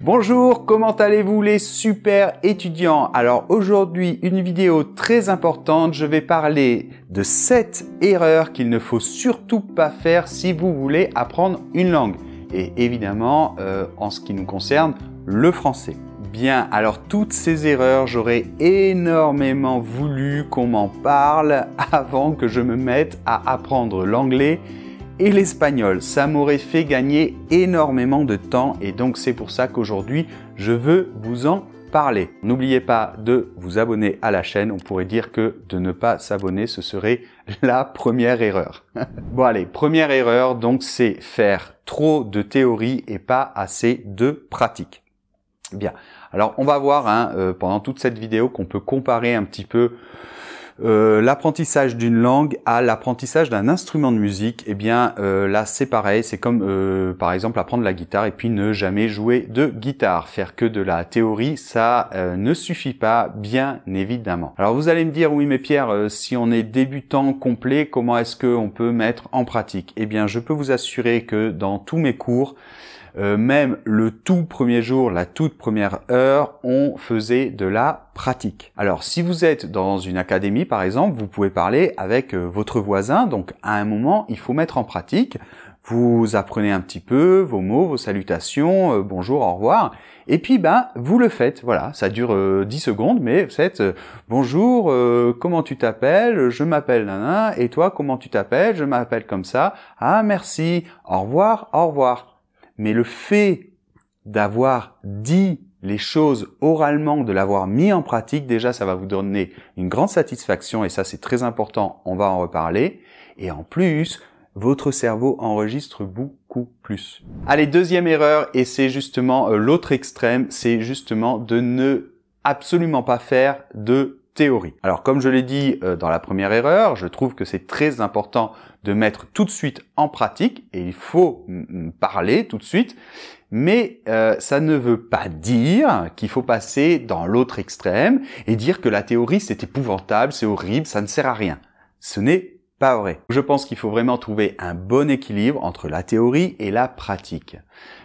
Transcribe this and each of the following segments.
Bonjour, comment allez-vous les super étudiants? Alors aujourd'hui, une vidéo très importante, je vais parler de 7 erreurs qu'il ne faut surtout pas faire si vous voulez apprendre une langue. Et évidemment, en ce qui nous concerne, le français. Bien, alors toutes ces erreurs, j'aurais énormément voulu qu'on m'en parle avant que je me mette à apprendre l'anglais et l'espagnol. Ça m'aurait fait gagner énormément de temps et donc c'est pour ça qu'aujourd'hui, je veux vous en parler. N'oubliez pas de vous abonner à la chaîne. On pourrait dire que de ne pas s'abonner, ce serait la première erreur. Bon allez, première erreur, donc c'est faire trop de théorie et pas assez de pratique. Bien, alors on va voir pendant toute cette vidéo qu'on peut comparer un petit peu l'apprentissage d'une langue à l'apprentissage d'un instrument de musique. Eh bien là c'est pareil, c'est comme par exemple apprendre la guitare et puis ne jamais jouer de guitare. Faire que de la théorie, ça ne suffit pas, bien évidemment. Alors vous allez me dire, oui mais Pierre, si on est débutant complet, comment est-ce qu'on peut mettre en pratique? Eh bien je peux vous assurer que dans tous mes cours, même le tout premier jour, la toute première heure, on faisait de la pratique. Alors, si vous êtes dans une académie, par exemple, vous pouvez parler avec votre voisin. Donc, à un moment, il faut mettre en pratique. Vous apprenez un petit peu vos mots, vos salutations, bonjour, au revoir. Et puis, vous le faites. Voilà, ça dure 10 secondes, mais vous faites bonjour, comment tu t'appelles? Je m'appelle nana. Et toi, comment tu t'appelles? Je m'appelle comme ça. Ah, merci. Au revoir, au revoir. Mais le fait d'avoir dit les choses oralement, de l'avoir mis en pratique, déjà ça va vous donner une grande satisfaction et ça c'est très important, on va en reparler. Et en plus, votre cerveau enregistre beaucoup plus. Allez, deuxième erreur, et c'est justement l'autre extrême, c'est justement de ne absolument pas faire de théorie. Alors comme je l'ai dit dans la première erreur, je trouve que c'est très important de mettre tout de suite en pratique et il faut parler tout de suite, mais ça ne veut pas dire qu'il faut passer dans l'autre extrême et dire que la théorie c'est épouvantable, c'est horrible, ça ne sert à rien. Ce n'est pas vrai. Je pense qu'il faut vraiment trouver un bon équilibre entre la théorie et la pratique.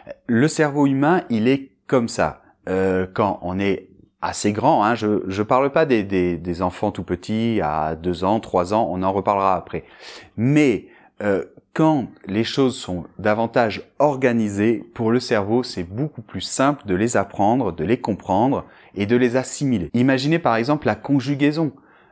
Le cerveau humain, il est comme ça. Quand on est assez grand, je parle pas des enfants tout petits à 2 ans, 3 ans, on en reparlera après. Mais quand les choses sont davantage organisées, pour le cerveau, c'est beaucoup plus simple de les apprendre, de les comprendre et de les assimiler. Imaginez par exemple la conjugaison.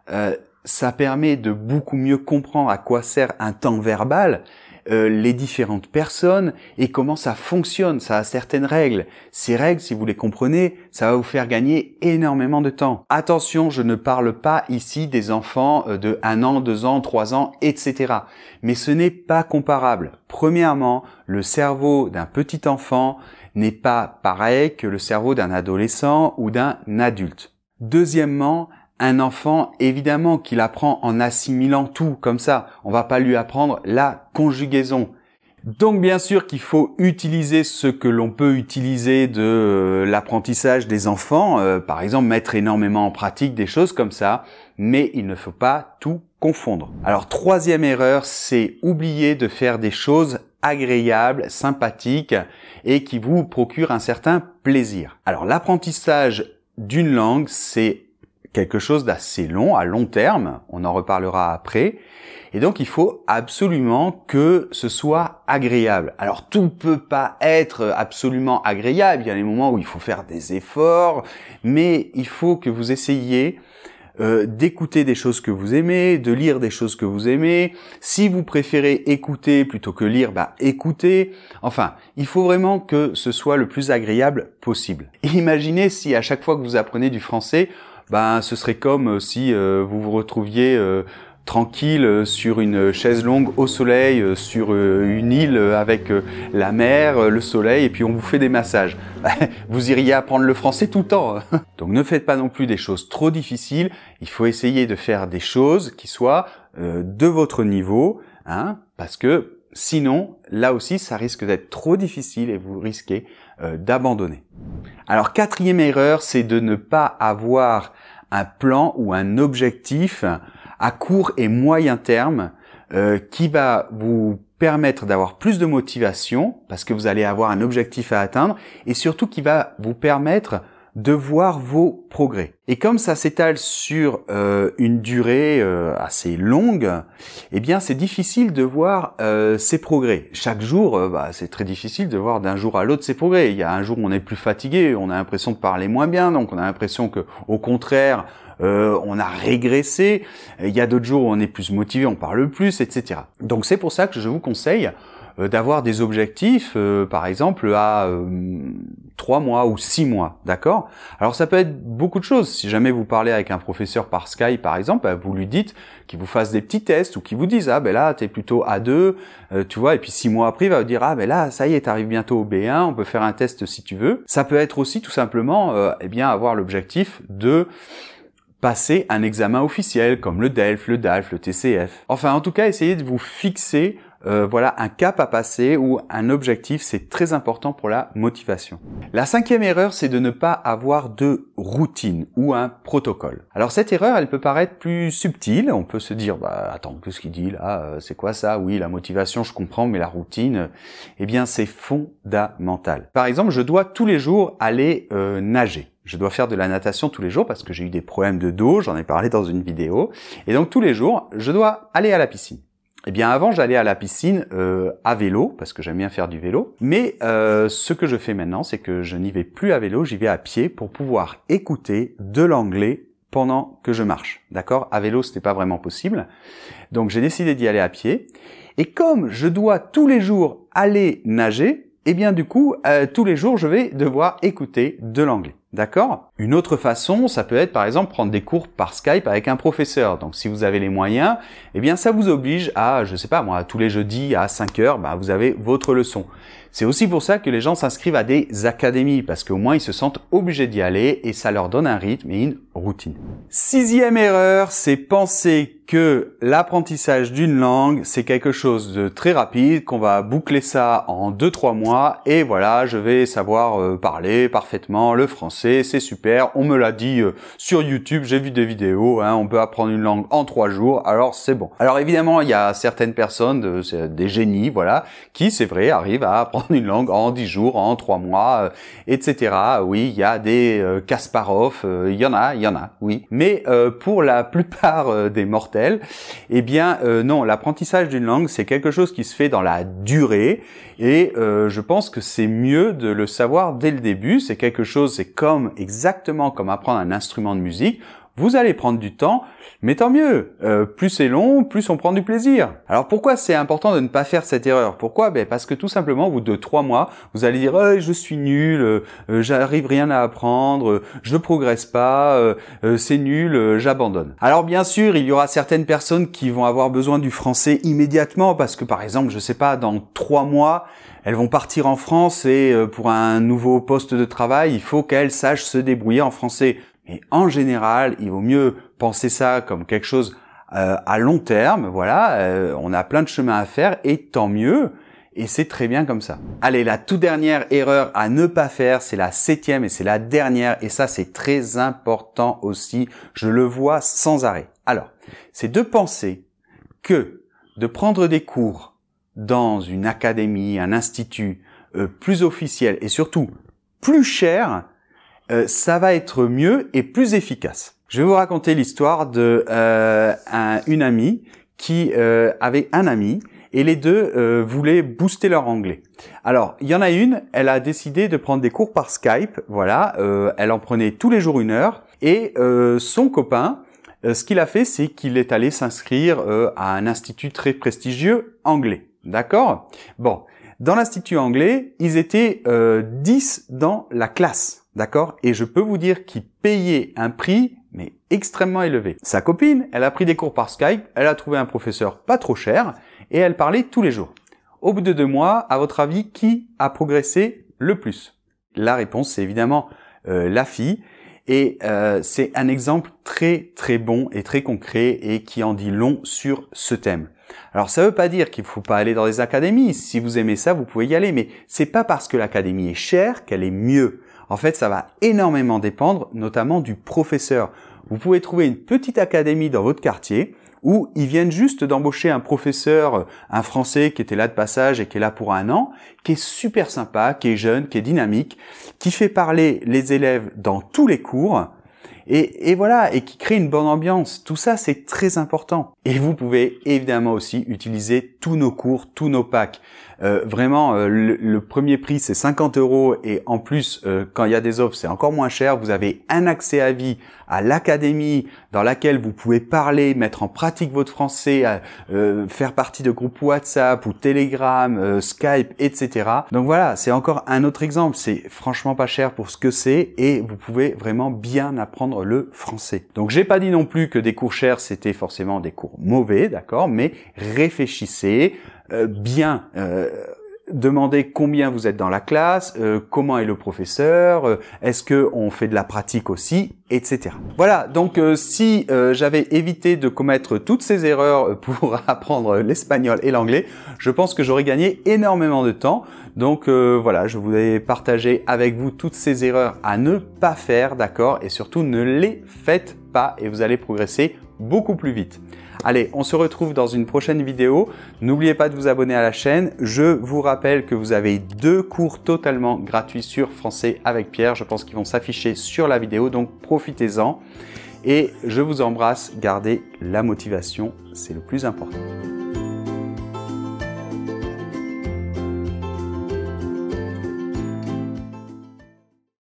Ça permet de beaucoup mieux comprendre à quoi sert un temps verbal, les différentes personnes et comment ça fonctionne. Ça a certaines règles. Ces règles, si vous les comprenez, ça va vous faire gagner énormément de temps. Attention, je ne parle pas ici des enfants de 1 an, 2 ans, 3 ans, etc. Mais ce n'est pas comparable. Premièrement, le cerveau d'un petit enfant n'est pas pareil que le cerveau d'un adolescent ou d'un adulte. Deuxièmement, un enfant, évidemment qu'il apprend en assimilant tout, comme ça. On va pas lui apprendre la conjugaison. Donc bien sûr qu'il faut utiliser ce que l'on peut utiliser de l'apprentissage des enfants, par exemple mettre énormément en pratique des choses comme ça, mais il ne faut pas tout confondre. Alors troisième erreur, c'est oublier de faire des choses agréables, sympathiques et qui vous procurent un certain plaisir. Alors l'apprentissage d'une langue, c'est quelque chose d'assez long, à long terme, on en reparlera après, et donc il faut absolument que ce soit agréable. Alors tout ne peut pas être absolument agréable, il y a des moments où il faut faire des efforts, mais il faut que vous essayiez d'écouter des choses que vous aimez, de lire des choses que vous aimez. Si vous préférez écouter plutôt que lire, écoutez. Enfin, il faut vraiment que ce soit le plus agréable possible. Imaginez si à chaque fois que vous apprenez du français, ce serait comme si vous vous retrouviez tranquille sur une chaise longue au soleil, sur une île avec la mer, le soleil, et puis on vous fait des massages. Vous iriez apprendre le français tout le temps. Donc ne faites pas non plus des choses trop difficiles. Il faut essayer de faire des choses qui soient de votre niveau, parce que sinon, là aussi, ça risque d'être trop difficile et vous risquez d'abandonner. Alors, quatrième erreur, c'est de ne pas avoir un plan ou un objectif à court et moyen terme qui va vous permettre d'avoir plus de motivation parce que vous allez avoir un objectif à atteindre et surtout qui va vous permettre de voir vos progrès. Et comme ça s'étale sur une durée assez longue, eh bien c'est difficile de voir ses progrès. Chaque jour, c'est très difficile de voir d'un jour à l'autre ses progrès. Il y a un jour où on est plus fatigué, on a l'impression de parler moins bien, donc on a l'impression que, au contraire, on a régressé. Il y a d'autres jours où on est plus motivé, on parle plus, etc. Donc c'est pour ça que je vous conseille d'avoir des objectifs, par exemple, à 3 mois ou 6 mois, d'accord? Alors ça peut être beaucoup de choses. Si jamais vous parlez avec un professeur par Skype, par exemple, vous lui dites qu'il vous fasse des petits tests ou qu'il vous dise, ah ben là, t'es plutôt A2, tu vois, et puis 6 mois après, il va vous dire, ah ben là, ça y est, t'arrives bientôt au B1, on peut faire un test si tu veux. Ça peut être aussi tout simplement, eh bien, avoir l'objectif de passer un examen officiel comme le DELF, le DALF, le TCF. Enfin, en tout cas, essayez de vous fixer voilà un cap à passer ou un objectif, c'est très important pour la motivation. La 5e erreur, c'est de ne pas avoir de routine ou un protocole. Alors cette erreur, elle peut paraître plus subtile. On peut se dire, attends, qu'est-ce qu'il dit là? C'est quoi ça? Oui, la motivation, je comprends, mais la routine, eh bien, c'est fondamental. Par exemple, je dois tous les jours aller nager. Je dois faire de la natation tous les jours parce que j'ai eu des problèmes de dos, j'en ai parlé dans une vidéo. Et donc tous les jours, je dois aller à la piscine. Eh bien avant, j'allais à la piscine à vélo, parce que j'aime bien faire du vélo. Mais ce que je fais maintenant, c'est que je n'y vais plus à vélo, j'y vais à pied pour pouvoir écouter de l'anglais pendant que je marche. D'accord? À vélo, c'était pas vraiment possible. Donc j'ai décidé d'y aller à pied. Et comme je dois tous les jours aller nager, eh bien du coup, tous les jours, je vais devoir écouter de l'anglais. D'accord? Une autre façon, ça peut être par exemple prendre des cours par Skype avec un professeur. Donc si vous avez les moyens, eh bien ça vous oblige à, je sais pas moi, tous les jeudis à 5 heures, vous avez votre leçon. C'est aussi pour ça que les gens s'inscrivent à des académies, parce qu'au moins ils se sentent obligés d'y aller et ça leur donne un rythme et une routine. 6e erreur, c'est penser que l'apprentissage d'une langue, c'est quelque chose de très rapide, qu'on va boucler ça en 2-3 mois et voilà, je vais savoir parler parfaitement le français, c'est super, on me l'a dit sur YouTube, j'ai vu des vidéos, on peut apprendre une langue en 3 jours, alors c'est bon. Alors évidemment, il y a certaines personnes, des génies, voilà, qui, c'est vrai, arrivent à apprendre une langue en 10 jours, en 3 mois, etc. Oui, il y a des Kasparov, il y en a, oui. Mais pour la plupart des mortels, eh bien non, l'apprentissage d'une langue, c'est quelque chose qui se fait dans la durée et je pense que c'est mieux de le savoir dès le début. C'est quelque chose, c'est exactement comme apprendre un instrument de musique. Vous allez prendre du temps, mais tant mieux. Plus c'est long, plus on prend du plaisir. Alors pourquoi c'est important de ne pas faire cette erreur? Pourquoi? Parce que tout simplement, au bout de 3 mois, vous allez dire je suis nul, j'arrive rien à apprendre, je ne progresse pas, c'est nul, j'abandonne. Alors bien sûr, il y aura certaines personnes qui vont avoir besoin du français immédiatement parce que par exemple, je sais pas, dans 3 mois, elles vont partir en France et pour un nouveau poste de travail, il faut qu'elles sachent se débrouiller en français. Mais en général, il vaut mieux penser ça comme quelque chose à long terme. Voilà, on a plein de chemins à faire et tant mieux. Et c'est très bien comme ça. Allez, la toute dernière erreur à ne pas faire, c'est la 7e et c'est la dernière. Et ça, c'est très important aussi. Je le vois sans arrêt. Alors, c'est de penser que de prendre des cours dans une académie, un institut plus officiel et surtout plus cher, ça va être mieux et plus efficace. Je vais vous raconter l'histoire de une amie qui avait un ami et les deux voulaient booster leur anglais. Alors, il y en a une, elle a décidé de prendre des cours par Skype, voilà, elle en prenait tous les jours 1 heure et son copain, ce qu'il a fait, c'est qu'il est allé s'inscrire à un institut très prestigieux anglais, d'accord? Bon, dans l'institut anglais, ils étaient 10 dans la classe. D'accord? Et je peux vous dire qu'il payait un prix, mais extrêmement élevé. Sa copine, elle a pris des cours par Skype, elle a trouvé un professeur pas trop cher, et elle parlait tous les jours. Au bout de 2 mois, à votre avis, qui a progressé le plus? La réponse, c'est évidemment la fille, et c'est un exemple très très bon et très concret, et qui en dit long sur ce thème. Alors ça veut pas dire qu'il faut pas aller dans des académies. Si vous aimez ça, vous pouvez y aller, mais c'est pas parce que l'académie est chère qu'elle est mieux. En fait, ça va énormément dépendre, notamment du professeur. Vous pouvez trouver une petite académie dans votre quartier ou ils viennent juste d'embaucher un professeur, un Français qui était là de passage et qui est là pour 1 an, qui est super sympa, qui est jeune, qui est dynamique, qui fait parler les élèves dans tous les cours, et voilà, et qui crée une bonne ambiance. Tout ça, c'est très important. Et vous pouvez évidemment aussi utiliser tous nos cours, tous nos packs. Vraiment, le premier prix, c'est 50 € et en plus, quand il y a des offres, c'est encore moins cher. Vous avez un accès à vie à l'académie dans laquelle vous pouvez parler, mettre en pratique votre français, faire partie de groupes WhatsApp ou Telegram, Skype, etc. Donc voilà, c'est encore un autre exemple. C'est franchement pas cher pour ce que c'est et vous pouvez vraiment bien apprendre le français. Donc j'ai pas dit non plus que des cours chers, c'était forcément des cours mauvais, d'accord, mais réfléchissez, bien demandez combien vous êtes dans la classe, comment est le professeur, est-ce que on fait de la pratique aussi, etc. Voilà, donc si j'avais évité de commettre toutes ces erreurs pour apprendre l'espagnol et l'anglais, je pense que j'aurais gagné énormément de temps. Donc voilà, je voulais partager avec vous toutes ces erreurs à ne pas faire, d'accord, et surtout ne les faites pas et vous allez progresser beaucoup plus vite. Allez, on se retrouve dans une prochaine vidéo. N'oubliez pas de vous abonner à la chaîne. Je vous rappelle que vous avez 2 cours totalement gratuits sur Français avec Pierre. Je pense qu'ils vont s'afficher sur la vidéo, donc profitez-en. Et je vous embrasse. Gardez la motivation, c'est le plus important.